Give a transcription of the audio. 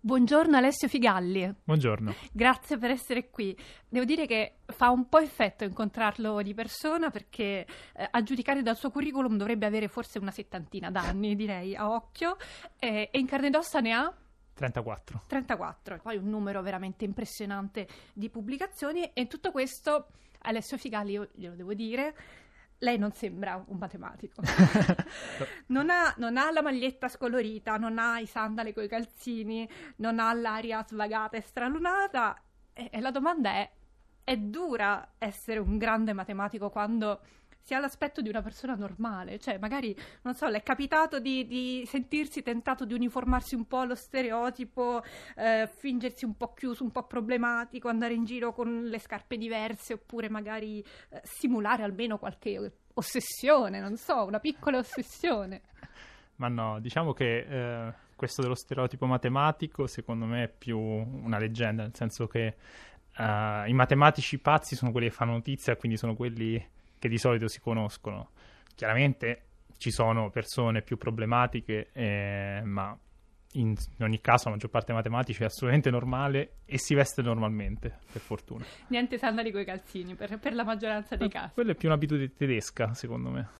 Buongiorno Alessio Figalli. Buongiorno. Grazie per essere qui. Devo dire che fa un po' effetto incontrarlo di persona perché a giudicare dal suo curriculum dovrebbe avere forse una 70 d'anni, direi, a occhio, e in carne ed ossa ne ha? 34. 34, poi un numero veramente impressionante di pubblicazioni, e in tutto questo, Alessio Figalli, io glielo devo dire, lei non sembra un matematico. Non ha la maglietta scolorita, non ha i sandali coi calzini, non ha l'aria svagata e stralunata, e la domanda è dura essere un grande matematico quando si ha l'aspetto di una persona normale? Cioè, magari, non so, le è capitato di sentirsi tentato di uniformarsi un po' allo stereotipo, fingersi un po' chiuso, un po' problematico, andare in giro con le scarpe diverse, oppure magari simulare almeno qualche ossessione, non so, una piccola ossessione. Ma no, diciamo che questo dello stereotipo matematico secondo me è più una leggenda, nel senso che i matematici pazzi sono quelli che fanno notizia, quindi sono quelli che di solito si conoscono. Chiaramente ci sono persone più problematiche, ma in ogni caso la maggior parte dei matematici è assolutamente normale e si veste normalmente, per fortuna. Niente sandali coi calzini per la maggioranza dei casi. Quella è più un'abitudine tedesca, secondo me.